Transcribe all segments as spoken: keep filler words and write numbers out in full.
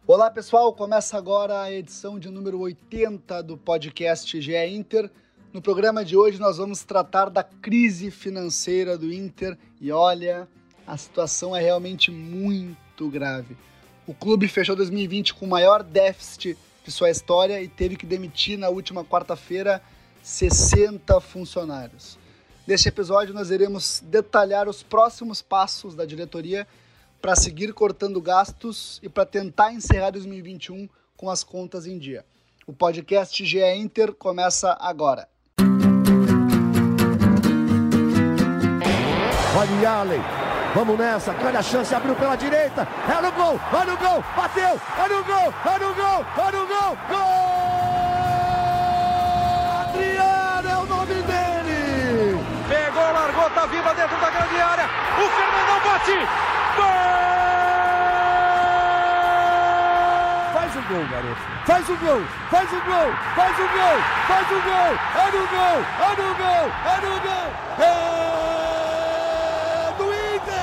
Olá pessoal, começa agora a edição de número oitenta do podcast G E Inter. No programa de hoje nós vamos tratar da crise financeira do Inter e olha, a situação é realmente muito grave. O clube fechou dois mil e vinte com o maior déficit de sua história e teve que demitir na última quarta-feira sessenta funcionários. Neste episódio nós iremos detalhar os próximos passos da diretoria para seguir cortando gastos e para tentar encerrar dois mil e vinte e um com as contas em dia. O podcast G E Inter começa agora. Olha o Allen, vamos nessa, olha a chance, abriu pela direita, é no gol, olha o gol, bateu, olha o gol, olha o gol, olha o gol, gol! Adriano é o nome dele! Pegou, largou, tá viva dentro da grande área, o Fernandão bate! Gol! Faz o gol, garoto. Faz o gol, faz o gol, faz o gol, faz o gol. É no gol, é no gol, é no gol. É do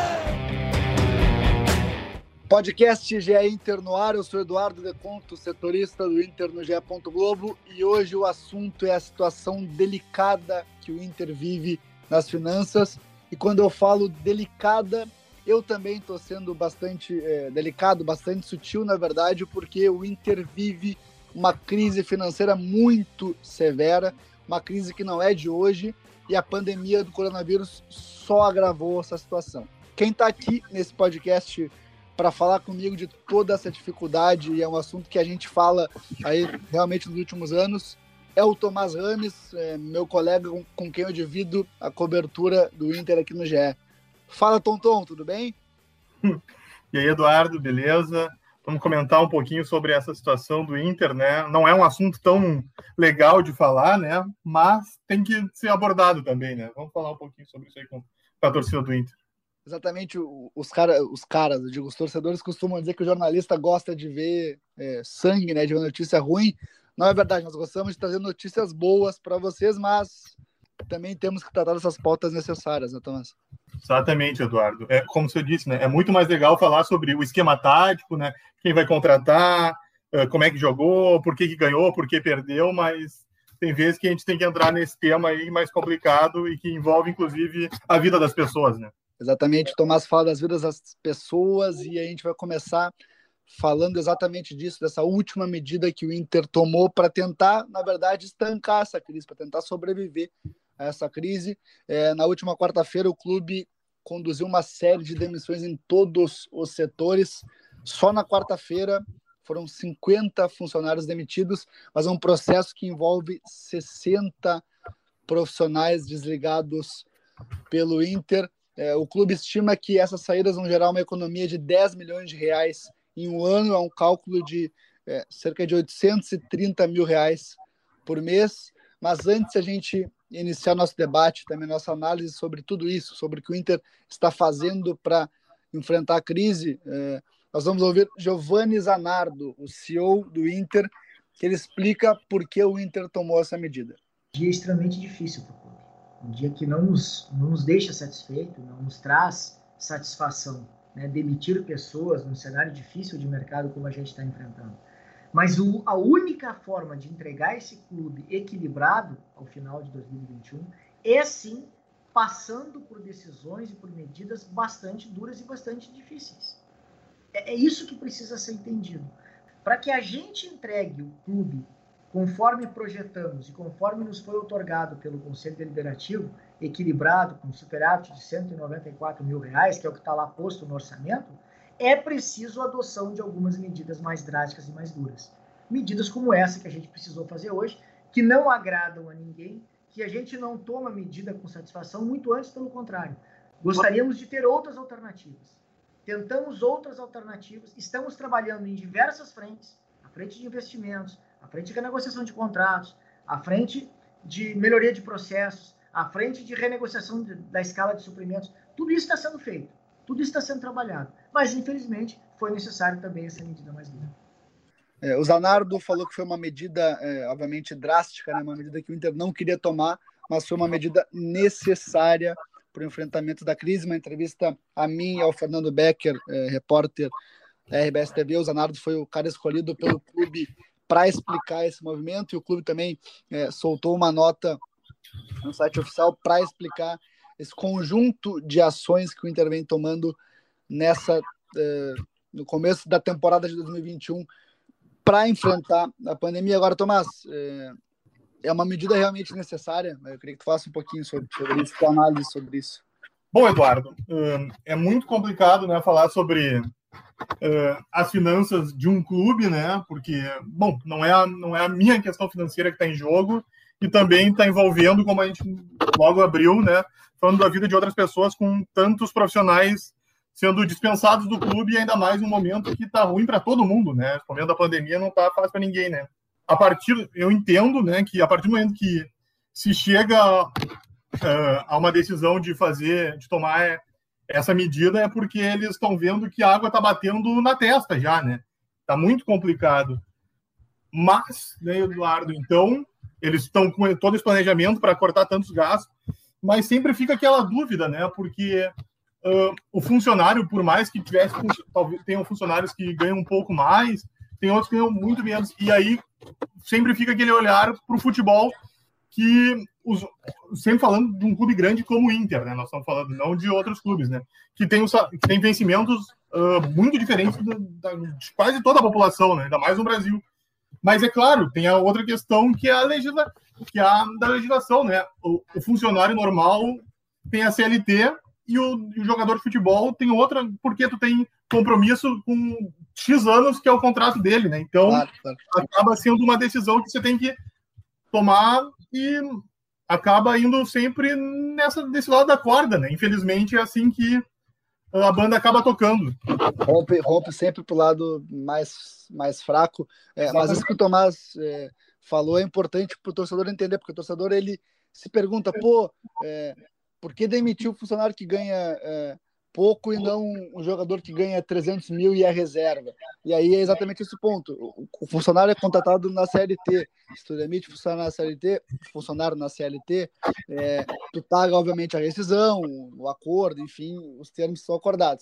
Inter! Podcast G E Inter no ar. Eu sou Eduardo Deconto, setorista do Inter no G E. Globo. E hoje o assunto é a situação delicada que o Inter vive nas finanças. E quando eu falo delicada, eu também estou sendo bastante é, delicado, bastante sutil, na verdade, porque o Inter vive uma crise financeira muito severa, uma crise que não é de hoje, e a pandemia do coronavírus só agravou essa situação. Quem está aqui nesse podcast para falar comigo de toda essa dificuldade, e é um assunto que a gente fala aí realmente nos últimos anos, é o Tomás Rames, é, meu colega com, com quem eu divido a cobertura do Inter aqui no G E. Fala, Tonton, tudo bem? E aí, Eduardo, beleza? Vamos comentar um pouquinho sobre essa situação do Inter, né? Não é um assunto tão legal de falar, né? Mas tem que ser abordado também, né? Vamos falar um pouquinho sobre isso aí com a torcida do Inter. Exatamente, os, cara, os caras, eu digo, os torcedores costumam dizer que o jornalista gosta de ver é, sangue, né? De ver notícia ruim. Não é verdade, nós gostamos de trazer notícias boas para vocês, mas também temos que tratar dessas pautas necessárias, né, Tomás? Exatamente, Eduardo. É, como você disse, né? É muito mais legal falar sobre o esquema tático, né? Quem vai contratar, como é que jogou, por que, que ganhou, por que perdeu, mas tem vezes que a gente tem que entrar nesse tema aí mais complicado e que envolve, inclusive, a vida das pessoas, né? Exatamente, o Tomás fala das vidas das pessoas e a gente vai começar falando exatamente disso, dessa última medida que o Inter tomou para tentar, na verdade, estancar essa crise, para tentar sobreviver a essa crise. É, na última quarta-feira, o clube conduziu uma série de demissões em todos os setores. Só na quarta-feira foram cinquenta funcionários demitidos, mas é um processo que envolve sessenta profissionais desligados pelo Inter. É, o clube estima que essas saídas vão gerar uma economia de dez milhões de reais em um ano, é um cálculo de é, cerca de oitocentos e trinta mil reais por mês. Mas antes a gente iniciar nosso debate, também nossa análise sobre tudo isso, sobre o que o Inter está fazendo para enfrentar a crise, é, nós vamos ouvir Giovanni Zanardo, o C E O do Inter, que ele explica por que o Inter tomou essa medida. Um dia extremamente difícil para o clube, um dia que não nos, não nos deixa satisfeito, não nos traz satisfação, né? Demitir pessoas num cenário difícil de mercado como a gente está enfrentando. Mas o, a única forma de entregar esse clube equilibrado ao final de dois mil e vinte e um é sim passando por decisões e por medidas bastante duras e bastante difíceis. É, é isso que precisa ser entendido. Para que a gente entregue o clube conforme projetamos e conforme nos foi outorgado pelo Conselho Deliberativo, equilibrado, com superávit de cento e noventa e quatro mil reais, que é o que está lá posto no orçamento, é preciso a adoção de algumas medidas mais drásticas e mais duras. Medidas como essa que a gente precisou fazer hoje, que não agradam a ninguém, que a gente não toma medida com satisfação, muito antes, pelo contrário. Gostaríamos de ter outras alternativas. Tentamos outras alternativas, estamos trabalhando em diversas frentes, a frente de investimentos, a frente de renegociação de contratos, a frente de melhoria de processos, a frente de renegociação de, da escala de suprimentos. Tudo isso está sendo feito. Tudo isso está sendo trabalhado. Mas, infelizmente, foi necessário também essa medida mais dura. É, o Zanardo falou que foi uma medida, é, obviamente, drástica, né? Uma medida que o Inter não queria tomar, mas foi uma medida necessária para o enfrentamento da crise. Uma entrevista a mim e ao Fernando Becker, é, repórter da R B S T V. O Zanardo foi o cara escolhido pelo clube para explicar esse movimento, e o clube também é, soltou uma nota no site oficial para explicar esse conjunto de ações que o Inter vem tomando nessa, é, no começo da temporada de dois mil e vinte e um para enfrentar a pandemia. Agora, Tomás, é, é uma medida realmente necessária? Eu queria que tu faça um pouquinho sobre, sobre isso, tua análise sobre isso. Bom, Eduardo, é muito complicado, né, falar sobre uh, as finanças de um clube, né, porque, bom, não é a, não é a minha questão financeira que está em jogo, e também está envolvendo, como a gente logo abriu, né, falando da vida de outras pessoas, com tantos profissionais sendo dispensados do clube, e ainda mais num momento que está ruim para todo mundo, né, o momento da pandemia não está fácil para ninguém, né. A partir, eu entendo, né, que a partir do momento que se chega uh, a uma decisão de fazer, de tomar essa medida, é porque eles estão vendo que a água está batendo na testa já, né? Está muito complicado. Mas, né, Eduardo, então, eles estão com todo esse planejamento para cortar tantos gastos, mas sempre fica aquela dúvida, né? Porque uh, o funcionário, por mais que tivesse, talvez tenham funcionários que ganham um pouco mais, tem outros que ganham muito menos, e aí sempre fica aquele olhar para o futebol que, os, sempre falando de um clube grande como o Inter, né? Nós estamos falando não de outros clubes, né? Que tem, que tem vencimentos uh, muito diferentes do, da, de quase toda a população, né? Ainda mais no Brasil. Mas é claro, tem a outra questão que é a, legisla, que é a da legislação, né? O, o funcionário normal tem a C L T e o, e o jogador de futebol tem outra, porque tu tem compromisso com X anos, que é o contrato dele, né? Então, claro, claro. Acaba sendo uma decisão que você tem que tomar e acaba indo sempre nessa, desse lado da corda, né? Infelizmente, é assim que a banda acaba tocando. Rompe, rompe sempre pro lado mais, mais fraco. É, mas isso que o Tomás é, falou é importante pro torcedor entender, porque o torcedor, ele se pergunta, pô, é, por que demitir o funcionário que ganha é, pouco e não um jogador que ganha trezentos mil e é reserva? E aí é exatamente esse ponto. O, o funcionário é contratado na C L T. Se tu demite funcionário na C L T, funcionário na C L T, é, tu paga, obviamente, a rescisão, o acordo, enfim, os termos são acordados.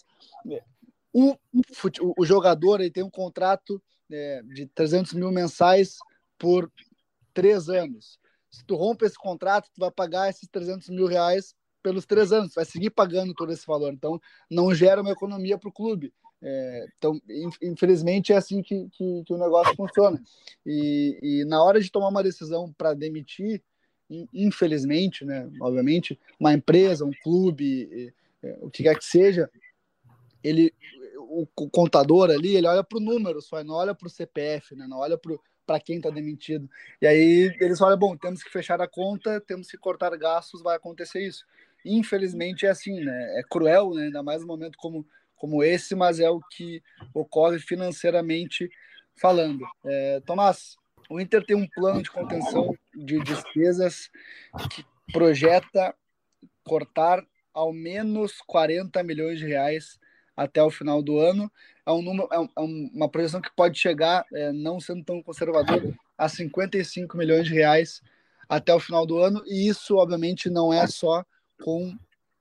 O, o, o jogador, ele tem um contrato é, de trezentos mil mensais por três anos. Se tu rompe esse contrato, tu vai pagar esses trezentos mil reais pelos três anos, vai seguir pagando todo esse valor. Então, não gera uma economia para o clube. É, então, infelizmente, é assim que, que, que o negócio funciona. E, e na hora de tomar uma decisão para demitir, infelizmente, né, obviamente, uma empresa, um clube, o que quer que seja, ele, o, o contador ali, ele olha para o número só, não olha para o C P F, né, não olha para quem está demitido. E aí eles olham, bom, temos que fechar a conta, temos que cortar gastos, vai acontecer isso. Infelizmente é assim, né? É cruel, né? Ainda mais num momento como, como esse, mas é o que ocorre financeiramente falando. É, Tomás, o Inter tem um plano de contenção de despesas que projeta cortar ao menos quarenta milhões de reais até o final do ano. É, um número, é, um, é uma projeção que pode chegar, é, não sendo tão conservador, a cinquenta e cinco milhões de reais até o final do ano, e isso, obviamente, não é só com,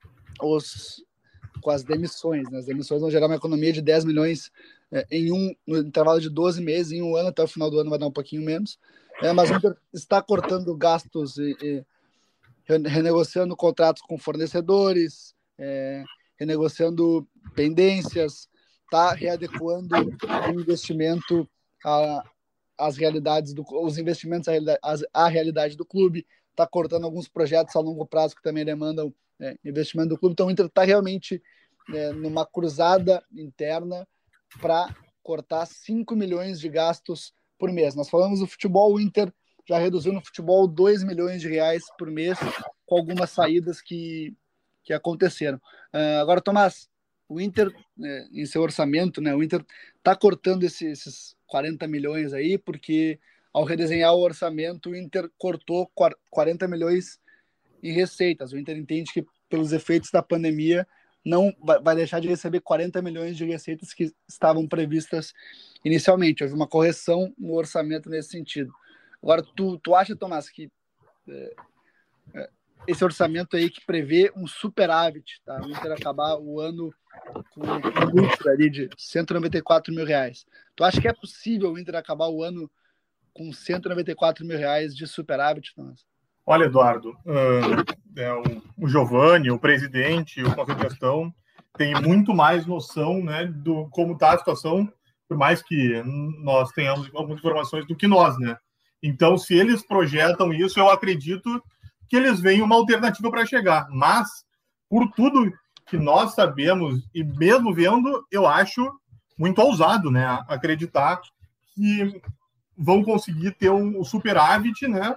os, com as demissões. Né? As demissões vão gerar uma economia de dez milhões é, em um, no intervalo de doze meses, em um ano, até o final do ano vai dar um pouquinho menos. É, mas o Inter está cortando gastos e, e renegociando contratos com fornecedores, é, renegociando pendências, está readequando o investimento a, as realidades do, os investimentos à, à realidade do clube, está cortando alguns projetos a longo prazo que também demandam é, investimento do clube. Então o Inter está realmente é, numa cruzada interna para cortar cinco milhões de gastos por mês. Nós falamos do futebol, o Inter já reduziu no futebol dois milhões de reais por mês, com algumas saídas que, que aconteceram. Uh, agora, Tomás, o Inter, é, em seu orçamento, né, o Inter está cortando esse, esses quarenta milhões aí, porque ao redesenhar o orçamento, o Inter cortou quarenta milhões em receitas. O Inter entende que, pelos efeitos da pandemia, não vai, vai deixar de receber quarenta milhões de receitas que estavam previstas inicialmente. Houve uma correção no orçamento nesse sentido. Agora, tu, tu acha, Tomás, que é, é, esse orçamento aí que prevê um superávit, tá? O Inter acabar o ano com um lucro ali de cento e noventa e quatro mil reais. Tu acha que é possível o Inter acabar o ano com cento e noventa e quatro mil reais de superávit? Nossa. Olha, Eduardo, uh, é, o, o Giovanni, o presidente, o conselho de gestão, tem muito mais noção, né, do como está a situação, por mais que nós tenhamos algumas informações do que nós, né? Então, se eles projetam isso, eu acredito que eles veem uma alternativa para chegar. Mas, por tudo que nós sabemos, e mesmo vendo, eu acho muito ousado, né, acreditar que vão conseguir ter um superávit, né?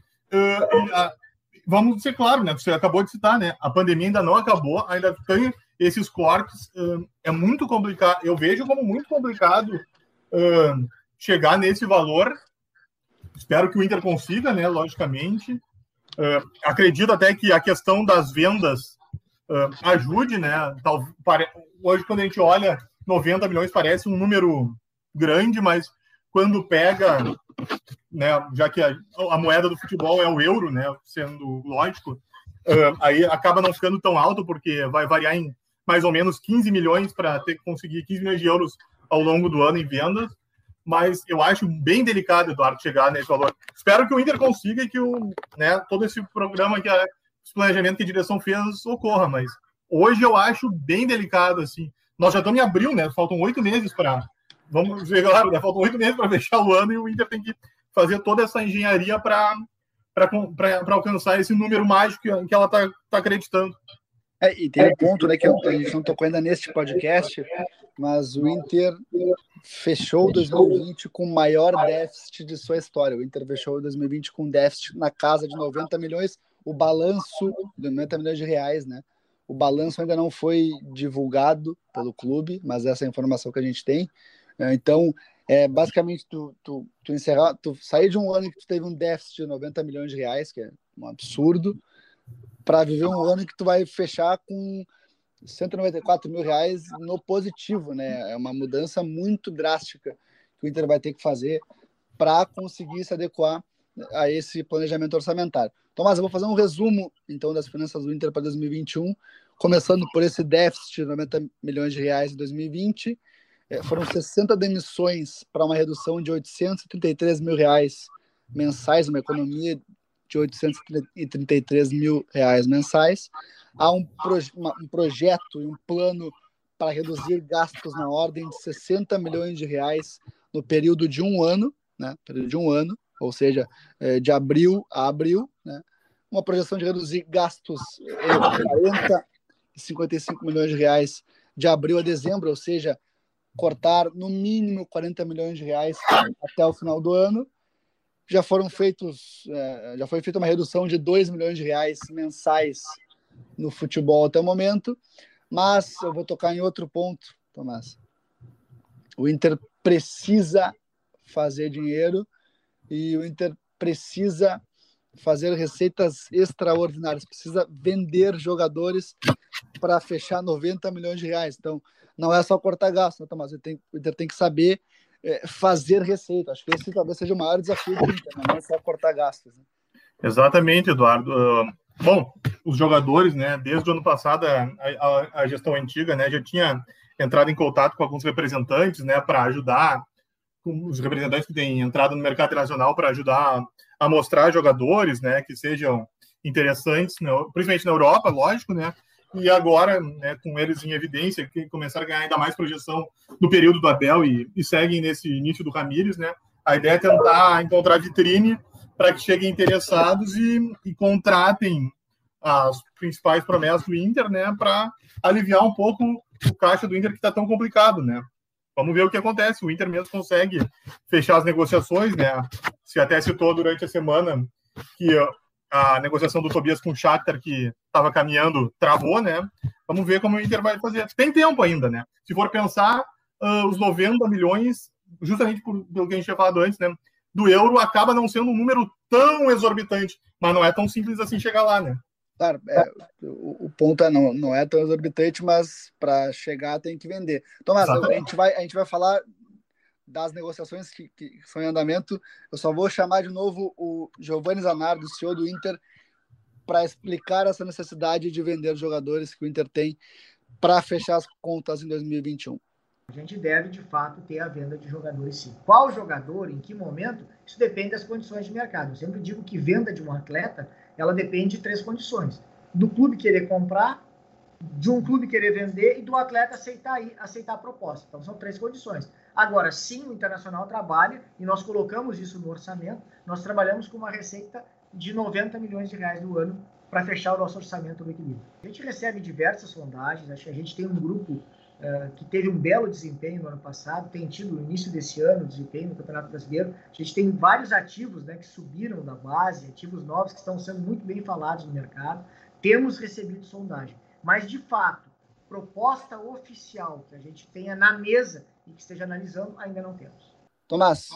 Uh, e, uh, vamos ser claro, né? Você acabou de citar, né? A pandemia ainda não acabou, ainda tem esses cortes. Uh, é muito complicado. Eu vejo como muito complicado uh, chegar nesse valor. Espero que o Inter consiga, né? Logicamente. Uh, acredito até que a questão das vendas uh, ajude, né? Tal, pare... Hoje, quando a gente olha noventa milhões, parece um número grande, mas quando pega, né, já que a, a moeda do futebol é o euro, né, sendo lógico, uh, aí acaba não ficando tão alto, porque vai variar em mais ou menos quinze milhões para ter que conseguir quinze milhões de euros ao longo do ano em vendas, mas eu acho bem delicado, Eduardo, chegar nesse valor. Espero que o Inter consiga e que o, né, todo esse programa, que a, esse planejamento que a direção fez ocorra, mas hoje eu acho bem delicado, assim. Nós já estamos em abril, né, faltam oito meses para... Vamos ver, claro, né? Faltam oito meses para fechar o ano e o Inter tem que fazer toda essa engenharia para alcançar esse número mágico que, que ela está tá acreditando. É, e tem um ponto, né, que a gente não tocou ainda neste podcast, mas o Inter fechou dois mil e vinte com o maior déficit de sua história. O Inter fechou dois mil e vinte com um déficit na casa de noventa milhões, o balanço de noventa milhões de reais, né? O balanço ainda não foi divulgado pelo clube, mas essa é a informação que a gente tem. Então, é, basicamente, tu, tu, tu, encerrar, tu sair de um ano que tu teve um déficit de noventa milhões de reais, que é um absurdo, para viver um ano que tu vai fechar com cento e noventa e quatro mil reais no positivo, né? É uma mudança muito drástica que o Inter vai ter que fazer para conseguir se adequar a esse planejamento orçamentário. Tomás, eu vou fazer um resumo, então, das finanças do Inter para dois mil e vinte e um, começando por esse déficit de noventa milhões de reais em dois mil e vinte. Foram sessenta demissões para uma redução de oitocentos e trinta e três mil reais mensais, uma economia de oitocentos e trinta e três mil reais mensais. Há um, proje- uma, um projeto e um plano para reduzir gastos na ordem de sessenta milhões de reais no período de um ano, né? Período de um ano, ou seja, de abril a abril, né? Uma projeção de reduzir gastos entre quarenta e cinquenta e cinco milhões de reais de abril a dezembro, ou seja, cortar no mínimo quarenta milhões de reais até o final do ano. Já foram feitos, já foi feita uma redução de dois milhões de reais mensais no futebol até o momento, mas eu vou tocar em outro ponto, Tomás. O Inter precisa fazer dinheiro e o Inter precisa fazer receitas extraordinárias, precisa vender jogadores para fechar noventa milhões de reais. Então, não é só cortar gasto, né, Tomás? O Inter, o Inter tem que saber é, fazer receita. Acho que esse talvez seja o maior desafio do Inter, não é só cortar gastos. Né? Exatamente, Eduardo. Uh, bom, os jogadores, né, desde o ano passado, a, a, a gestão antiga, né, já tinha entrado em contato com alguns representantes, né, para ajudar, com os representantes que têm entrado no mercado internacional para ajudar a, a mostrar jogadores, né, que sejam interessantes, né, principalmente na Europa, lógico, né, e agora, né, com eles em evidência, que começaram a ganhar ainda mais projeção do período do Abel e, e seguem nesse início do Ramires, né, a ideia é tentar encontrar vitrine para que cheguem interessados e, e contratem as principais promessas do Inter, né, para aliviar um pouco o caixa do Inter que está tão complicado, né. Vamos ver o que acontece. O Inter mesmo consegue fechar as negociações, né. Se até citou durante a semana que a negociação do Tobias com o Shakhtar, que estava caminhando, travou, né. Vamos ver como o Inter vai fazer. Tem tempo ainda, né. Se for pensar, uh, os noventa milhões, justamente por, pelo que a gente tinha falado antes, né, do euro, acaba não sendo um número tão exorbitante, mas não é tão simples assim chegar lá, né? Claro, é, o, o ponto é não, não é tão exorbitante, mas para chegar tem que vender. Tomás, a gente, vai, a gente vai falar das negociações que, que são em andamento. Eu só vou chamar de novo o Giovanni Zanardo, C E O do Inter, para explicar essa necessidade de vender jogadores que o Inter tem para fechar as contas em dois mil e vinte e um? A gente deve, de fato, ter a venda de jogadores, sim. Qual jogador, em que momento, isso depende das condições de mercado. Eu sempre digo que venda de um atleta, ela depende de três condições. Do clube querer comprar, de um clube querer vender e do atleta aceitar, aceitar a proposta. Então, são três condições. Agora, sim, o Internacional trabalha, e nós colocamos isso no orçamento, nós trabalhamos com uma receita de noventa milhões de reais no ano para fechar o nosso orçamento no equilíbrio. A gente recebe diversas sondagens, acho que a gente tem um grupo Uh, que teve um belo desempenho no ano passado, tem tido no início desse ano desempenho no Campeonato Brasileiro. A gente tem vários ativos, né, que subiram da base, ativos novos que estão sendo muito bem falados no mercado. Temos recebido sondagem, mas de fato, proposta oficial que a gente tenha na mesa e que esteja analisando, ainda não temos. Tomás,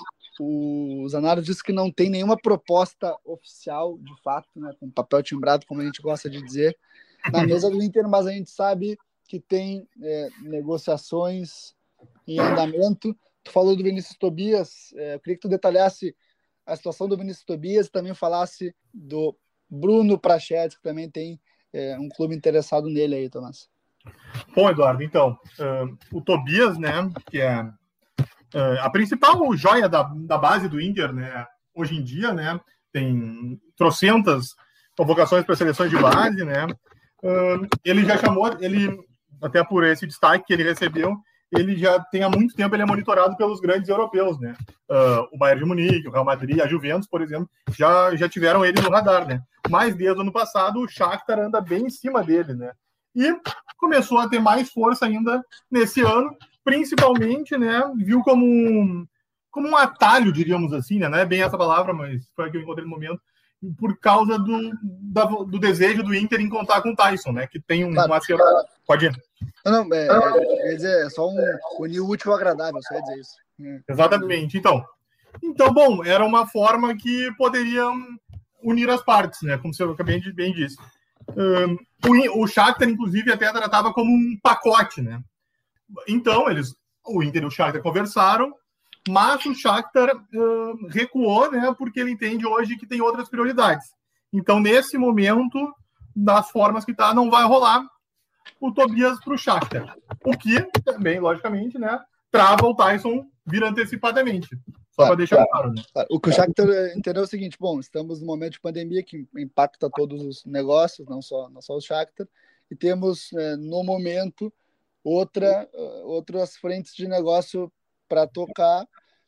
o Zanaro disse que não tem nenhuma proposta oficial, de fato, né, com papel timbrado, como a gente gosta de dizer, na mesa do Inter, mas a gente sabe que tem é, negociações em andamento. Tu falou do Vinícius Tobias, é, eu queria que tu detalhasse a situação do Vinícius Tobias e também falasse do Bruno Prachedes, que também tem é, um clube interessado nele aí, Tomás. Bom, Eduardo, então, uh, o Tobias, né, que é uh, a principal joia da, da base do Inter, né, hoje em dia, né, tem trocentas convocações para seleções de base, né, uh, ele já chamou, ele... até por esse destaque que ele recebeu, ele já tem há muito tempo, ele é monitorado pelos grandes europeus, né? Uh, o Bayern de Munique, o Real Madrid, a Juventus, por exemplo, já, já tiveram ele no radar, né? Mas desde o ano passado, o Shakhtar anda bem em cima dele, né? E começou a ter mais força ainda nesse ano, principalmente, né? Viu como um, como um atalho, diríamos assim, né? Não é bem essa palavra, mas foi a que eu encontrei no momento, por causa do, da, do desejo do Inter em contar com o Tyson, né? Que tem um... Claro. uma... Pode ir. Não, não, é, é, dizer, é só um unir o útil ao agradável, só ia dizer isso. Exatamente. Então, então, bom, era uma forma que poderia unir as partes, né? Como você acabei de bem disse. Um, o, o Shakhtar, inclusive, até tratava como um pacote, né? Então, eles, o Inter e o Shakhtar conversaram, mas o Shakhtar uh, recuou, né? Porque ele entende hoje que tem outras prioridades. Então, nesse momento, das formas que tá, não vai rolar o Tobias para o Shakhtar. O que também, logicamente, né, trava o Tyson vir antecipadamente. Só para deixar claro, né? O que o Shakhtar entendeu é o seguinte: bom, estamos no momento de pandemia que impacta todos os negócios, não só, não só o Shakhtar, e temos, é, no momento, outra, outras frentes de negócio para tocar,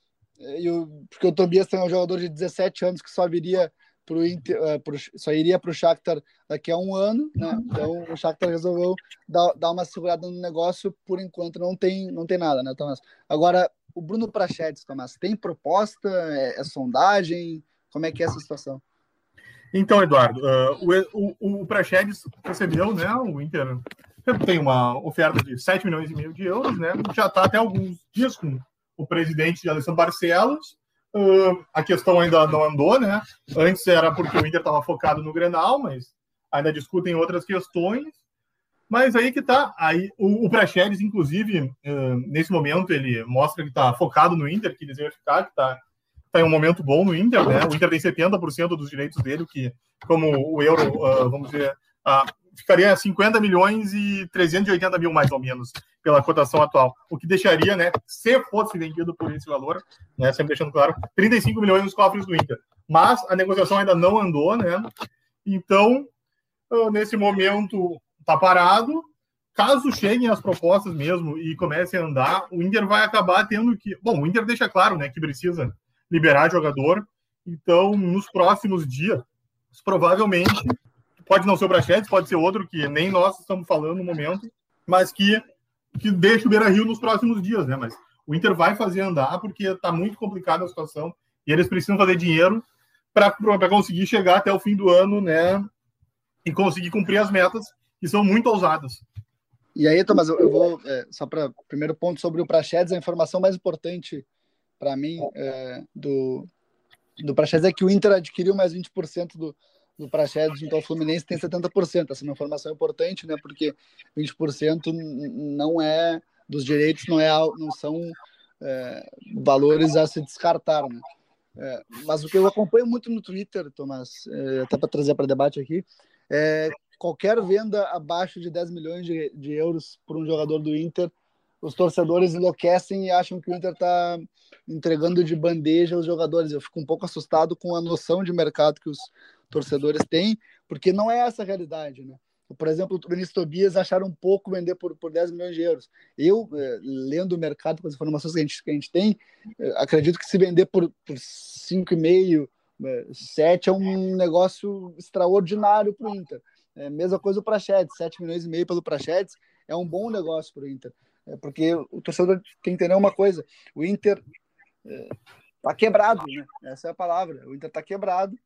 e o, porque o Tobias tem um jogador de dezessete anos que só viria pro Inter, uh, pro, só iria para o Shakhtar daqui a um ano, né? Então o Shakhtar resolveu dar, dar uma segurada no negócio. Por enquanto não tem, não tem nada, né, Tomás? Agora, o Bruno Prachedes, Tomás, tem proposta? É, é sondagem? Como é que é essa situação? Então, Eduardo, uh, o, o, o Prachedes recebeu, né? O Inter tem uma oferta de sete milhões e meio de euros, né? Já está até alguns dias com o presidente de Alessandro Barcelos. Uh, a questão ainda não andou, né? Antes era porque o Inter estava focado no Grenal, mas ainda discutem outras questões. Mas aí que tá. Aí, o, o Prachedes, inclusive, uh, nesse momento, ele mostra que está focado no Inter, que deseja ficar, que está tá em um momento bom no Inter, né? O Inter tem setenta por cento dos direitos dele, que, como o euro, uh, vamos dizer, uh, ficaria cinquenta milhões e trezentos e oitenta mil, mais ou menos, pela cotação atual. O que deixaria, né, se fosse vendido por esse valor, né, sempre deixando claro, trinta e cinco milhões nos cofres do Inter. Mas a negociação ainda não andou, né? Então, nesse momento, tá parado. Caso cheguem as propostas mesmo e comecem a andar, o Inter vai acabar tendo que... Bom, o Inter deixa claro, né, que precisa liberar jogador. Então, nos próximos dias, provavelmente... Pode não ser o Prachedes, pode ser outro que nem nós estamos falando no momento, mas que, que deixa o Beira-Rio nos próximos dias, né? Mas o Inter vai fazer andar porque está muito complicada a situação e eles precisam fazer dinheiro para conseguir chegar até o fim do ano, né? E conseguir cumprir as metas, que são muito ousadas. E aí, Tomás, eu, eu vou, é, só para o primeiro ponto sobre o Prachedes, a informação mais importante para mim é, do, do Prachedes é que o Inter adquiriu mais vinte por cento do do Prachedes, então o Fluminense tem setenta por cento. Essa é uma informação importante, né? Porque vinte por cento não é dos direitos, não, é, não são é, valores a se descartar, né? É, mas o que eu acompanho muito no Twitter, Tomás, é, até para trazer para debate aqui, É, qualquer venda abaixo de dez milhões de, de euros por um jogador do Inter, os torcedores enlouquecem e acham que o Inter está entregando de bandeja os jogadores. Eu fico um pouco assustado com a noção de mercado que os torcedores têm, porque não é essa a realidade, né? Por exemplo, o Vinícius Tobias acharam um pouco vender por, por dez milhões de euros. Eu, eh, lendo o mercado, com as informações que a gente, que a gente tem, eh, acredito que se vender por, por cinco vírgula cinco, sete é um negócio extraordinário para o Inter. É, mesma coisa o Praxedes, sete milhões e meio pelo Praxedes é um bom negócio para o Inter. É, porque o torcedor tem que entender uma coisa, o Inter está é, quebrado, né? Essa é a palavra. O Inter está quebrado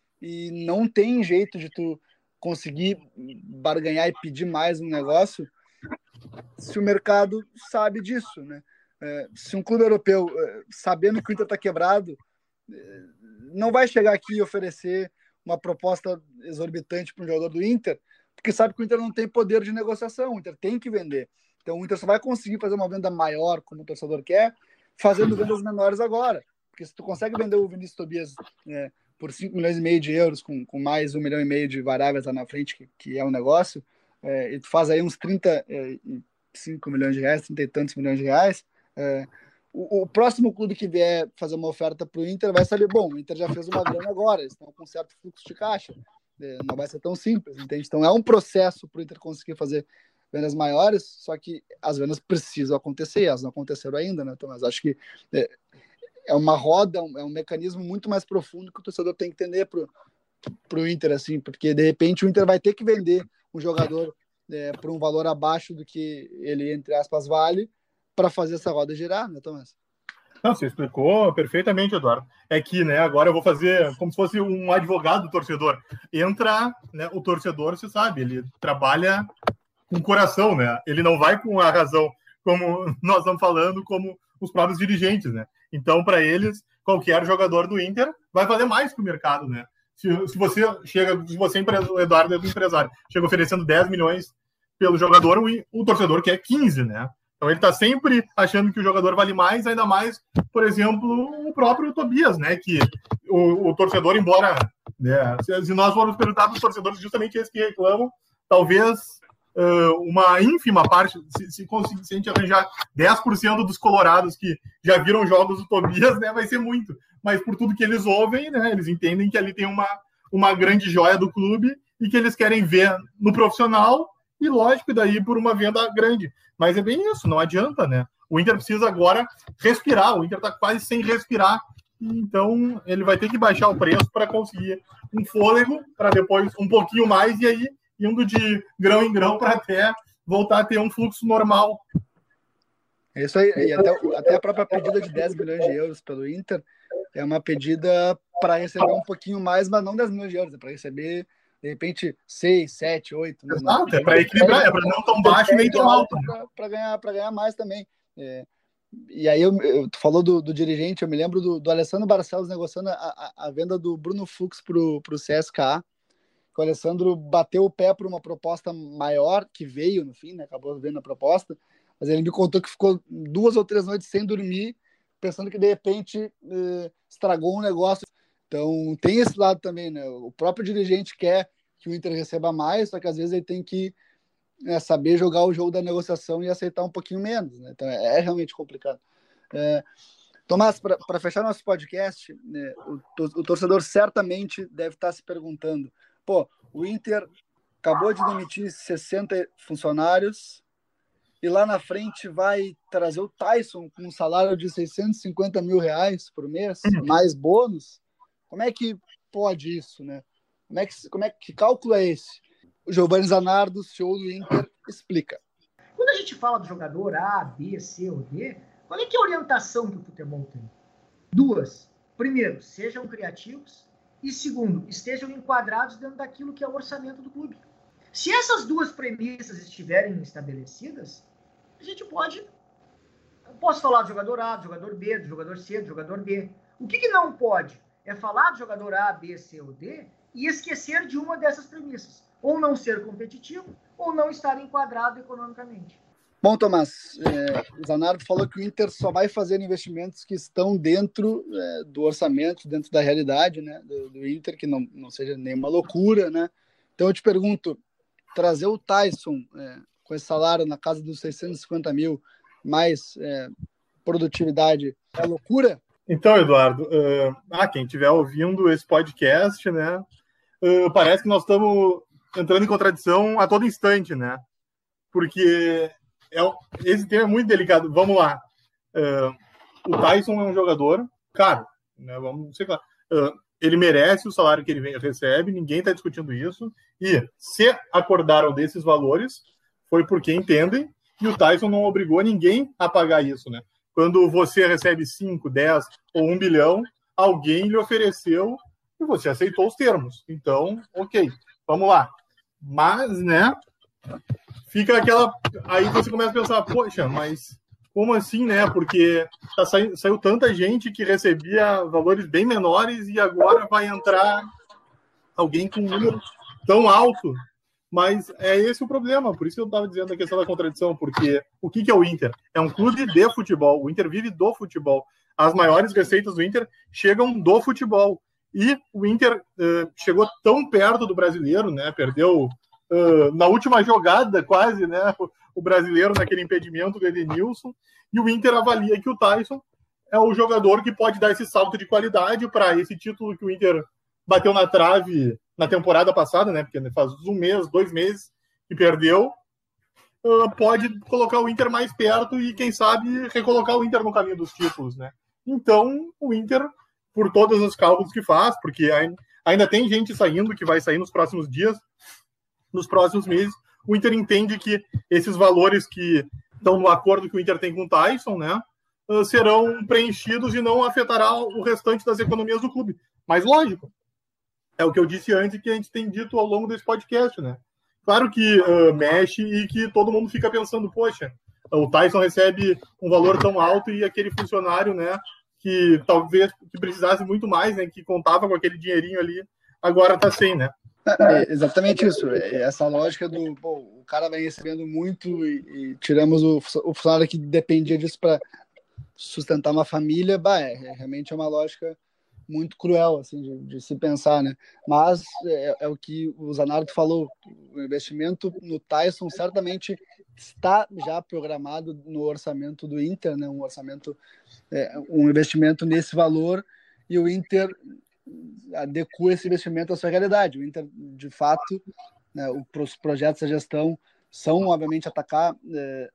e não tem jeito de tu conseguir barganhar e pedir mais um negócio se o mercado sabe disso, né? É, se um clube europeu, é, sabendo que o Inter está quebrado, é, não vai chegar aqui e oferecer uma proposta exorbitante para um jogador do Inter, porque sabe que o Inter não tem poder de negociação, o Inter tem que vender. Então o Inter só vai conseguir fazer uma venda maior, como o torcedor quer, fazendo vendas menores agora. Porque se tu consegue vender o Vinícius Tobias é, por cinco milhões e meio de euros, com, com mais um milhão e meio de variáveis lá na frente, que, que é um negócio, é, e tu faz aí uns trinta e cinco milhões de reais, trinta e tantos milhões de reais, é, o, o próximo clube que vier fazer uma oferta para o Inter vai saber, bom, o Inter já fez uma grana agora, eles estão com certo fluxo de caixa, é, não vai ser tão simples, entende? Então é um processo para o Inter conseguir fazer vendas maiores, só que as vendas precisam acontecer, elas não aconteceram ainda, né, Tomás? Acho que é, é uma roda, é um mecanismo muito mais profundo que o torcedor tem que entender pro, pro Inter, assim, porque de repente o Inter vai ter que vender um jogador é, por um valor abaixo do que ele, entre aspas, vale, para fazer essa roda girar, né, Tomás? Não, você explicou perfeitamente, Eduardo. É que, né, agora eu vou fazer como se fosse um advogado do torcedor. Entra, né, o torcedor, você sabe, ele trabalha com o coração, né? Ele não vai com a razão, como nós estamos falando, como os próprios dirigentes, né? Então, para eles, qualquer jogador do Inter vai valer mais que o mercado, né? Se, se você chega, se você, o Eduardo é do empresário, chega oferecendo dez milhões pelo jogador, o, o torcedor quer quinze, né? Então, ele está sempre achando que o jogador vale mais, ainda mais, por exemplo, o próprio Tobias, né? Que o, o torcedor, embora, né, se, se nós formos perguntar para os torcedores, justamente esses que reclamam, talvez uma ínfima parte, se, se, conseguir, se a gente arranjar dez por cento dos colorados que já viram jogos do Tobias, né, vai ser muito. Mas por tudo que eles ouvem, né, eles entendem que ali tem uma, uma grande joia do clube e que eles querem ver no profissional e, lógico, daí por uma venda grande. Mas é bem isso, não adianta, né? O Inter precisa agora respirar, o Inter está quase sem respirar, então ele vai ter que baixar o preço para conseguir um fôlego, para depois um pouquinho mais, e aí indo de grão em grão para até voltar a ter um fluxo normal. É isso aí, e até, até a própria pedida de dez milhões de euros pelo Inter é uma pedida para receber um pouquinho mais, mas não dez milhões de euros, é para receber, de repente, seis, sete, oito. Exato, né? É para equilibrar, é para não tão baixo nem tão alto. Para ganhar, para ganhar mais também. É, e aí, eu, eu, tu falou do, do dirigente, eu me lembro do, do Alessandro Barcelos negociando a, a, a venda do Bruno Fux para o C S K A. O Alessandro bateu o pé por uma proposta maior, que veio no fim, né? Acabou vendo a proposta, mas ele me contou que ficou duas ou três noites sem dormir, pensando que de repente eh, estragou um negócio. Então tem esse lado também, né? O próprio dirigente quer que o Inter receba mais, só que às vezes ele tem que né, saber jogar o jogo da negociação e aceitar um pouquinho menos, né? Então é, é realmente complicado. É... Tomás, para fechar nosso podcast, né, o, o torcedor certamente deve estar se perguntando: pô, o Inter acabou de demitir sessenta funcionários e lá na frente vai trazer o Tyson com um salário de seiscentos e cinquenta mil reais por mês, mais bônus. Como é que pode isso, né? Como é que, como é que cálculo é esse? O Giovanni Zanardo, C E O do Inter, explica. Quando a gente fala do jogador A, B, C ou D, qual é que é a orientação que o futebol tem? Duas. Primeiro, sejam criativos. E segundo, estejam enquadrados dentro daquilo que é o orçamento do clube. Se essas duas premissas estiverem estabelecidas, a gente pode... Eu posso falar do jogador A, do jogador B, do jogador C, do jogador D. O que, que não pode é falar do jogador A, B, C ou D e esquecer de uma dessas premissas. Ou não ser competitivo, ou não estar enquadrado economicamente. Bom, Tomás, é, o Zanardo falou que o Inter só vai fazer investimentos que estão dentro é, do orçamento, dentro da realidade, né, do, do Inter, que não, não seja nenhuma loucura, né, Então eu te pergunto, trazer o Tyson é, com esse salário na casa dos seiscentos e cinquenta mil, mais é, produtividade, é loucura? Então, Eduardo, uh, ah, quem estiver ouvindo esse podcast, né, uh, parece que nós estamos entrando em contradição a todo instante, né? Porque é, esse tema é muito delicado. Vamos lá. Uh, o Tyson é um jogador caro, né? Vamos ser claro. Uh, ele merece o salário que ele recebe, ninguém está discutindo isso. E se acordaram desses valores, foi porque entendem, e o Tyson não obrigou ninguém a pagar isso, né? Quando você recebe cinco, dez ou um bilhão, alguém lhe ofereceu e você aceitou os termos. Então, ok, vamos lá. Mas, né, fica aquela... Aí você começa a pensar, poxa, mas como assim, né? Porque tá saindo, saiu tanta gente que recebia valores bem menores e agora vai entrar alguém com um número tão alto. Mas é esse o problema, por isso que eu estava dizendo a questão da contradição, porque o que, que é o Inter? É um clube de futebol, o Inter vive do futebol. As maiores receitas do Inter chegam do futebol. E o Inter uh, chegou tão perto do brasileiro, né? Perdeu uh, na última jogada quase, né? O, o brasileiro naquele impedimento do Edenilson, e o Inter avalia que o Tyson é o jogador que pode dar esse salto de qualidade para esse título que o Inter bateu na trave na temporada passada, né? Porque faz um mês, dois meses que perdeu, uh, pode colocar o Inter mais perto e, quem sabe, recolocar o Inter no caminho dos títulos, né? Então, o Inter, por todos os cálculos que faz, porque ainda tem gente saindo, que vai sair nos próximos dias, nos próximos meses, o Inter entende que esses valores que estão no acordo que o Inter tem com o Tyson, né? Uh, serão preenchidos e não afetará o restante das economias do clube. Mas, lógico, é o que eu disse antes, que a gente tem dito ao longo desse podcast, né? Claro que uh, mexe e que todo mundo fica pensando, poxa, o Tyson recebe um valor tão alto e aquele funcionário, né, que talvez que precisasse muito mais, né, que contava com aquele dinheirinho ali, agora tá sem, né? É, exatamente isso. Essa lógica do, pô, o cara vem recebendo muito e, e tiramos o, o funcionário que dependia disso para sustentar uma família, bah, é, realmente é uma lógica muito cruel, assim, de, de se pensar, né? Mas é, é o que o Zanardo falou, o investimento no Tyson certamente está já programado no orçamento do Inter, né? Um orçamento, é, um investimento nesse valor, e o Inter adequa esse investimento à sua realidade. O Inter, de fato, né, os projetos da gestão são, obviamente, atacar é,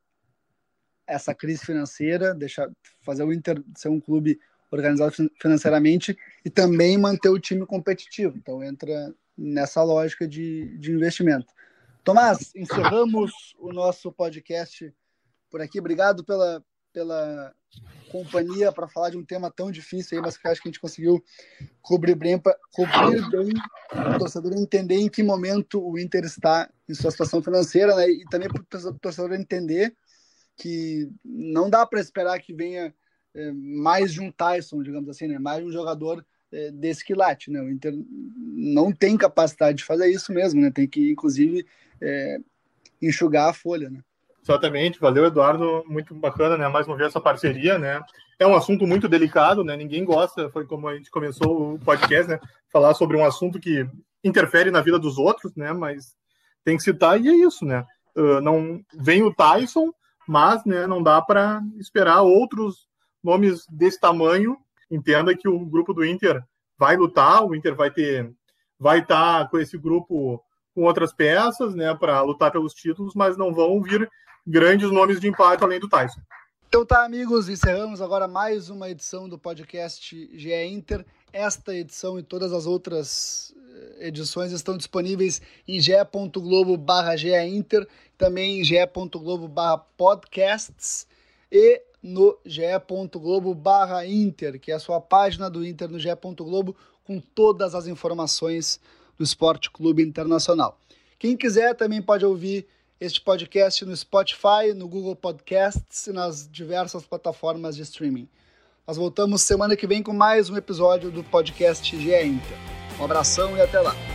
essa crise financeira, deixar, fazer o Inter ser um clube organizado financeiramente e também manter o time competitivo. Então entra nessa lógica de, de investimento. Tomás, encerramos o nosso podcast por aqui. Obrigado pela, pela companhia para falar de um tema tão difícil aí, mas que eu acho que a gente conseguiu cobrir bem, cobrir bem o torcedor entender em que momento o Inter está em sua situação financeira, né? E também para o torcedor entender que não dá para esperar que venha É, mais de um Tyson, digamos assim, né? Mais de um jogador é, desse quilate, né? O Inter não tem capacidade de fazer isso mesmo, né? Tem que, inclusive, é, enxugar a folha, né? Exatamente, valeu, Eduardo, muito bacana, né? Mais uma vez essa parceria, né? É um assunto muito delicado, né? Ninguém gosta, foi como a gente começou o podcast, né? Falar sobre um assunto que interfere na vida dos outros, né? Mas tem que citar, e é isso, né? Uh, não vem o Tyson, mas, né, não dá para esperar outros nomes desse tamanho. Entenda que o grupo do Inter vai lutar, o Inter vai ter, vai estar com esse grupo com outras peças, né, para lutar pelos títulos, mas não vão vir grandes nomes de impacto além do Tyson. Então tá, amigos, encerramos agora mais uma edição do podcast G E Inter. Esta edição e todas as outras edições estão disponíveis em ge.globo barra Inter, também em ge.globo barra podcasts e no ge.globo barra Inter, que é a sua página do Inter no ge.globo, com todas as informações do Esporte Clube Internacional. Quem quiser também pode ouvir este podcast no Spotify, no Google Podcasts e nas diversas plataformas de streaming. Nós voltamos semana que vem com mais um episódio do podcast G E Inter. Um abração e até lá.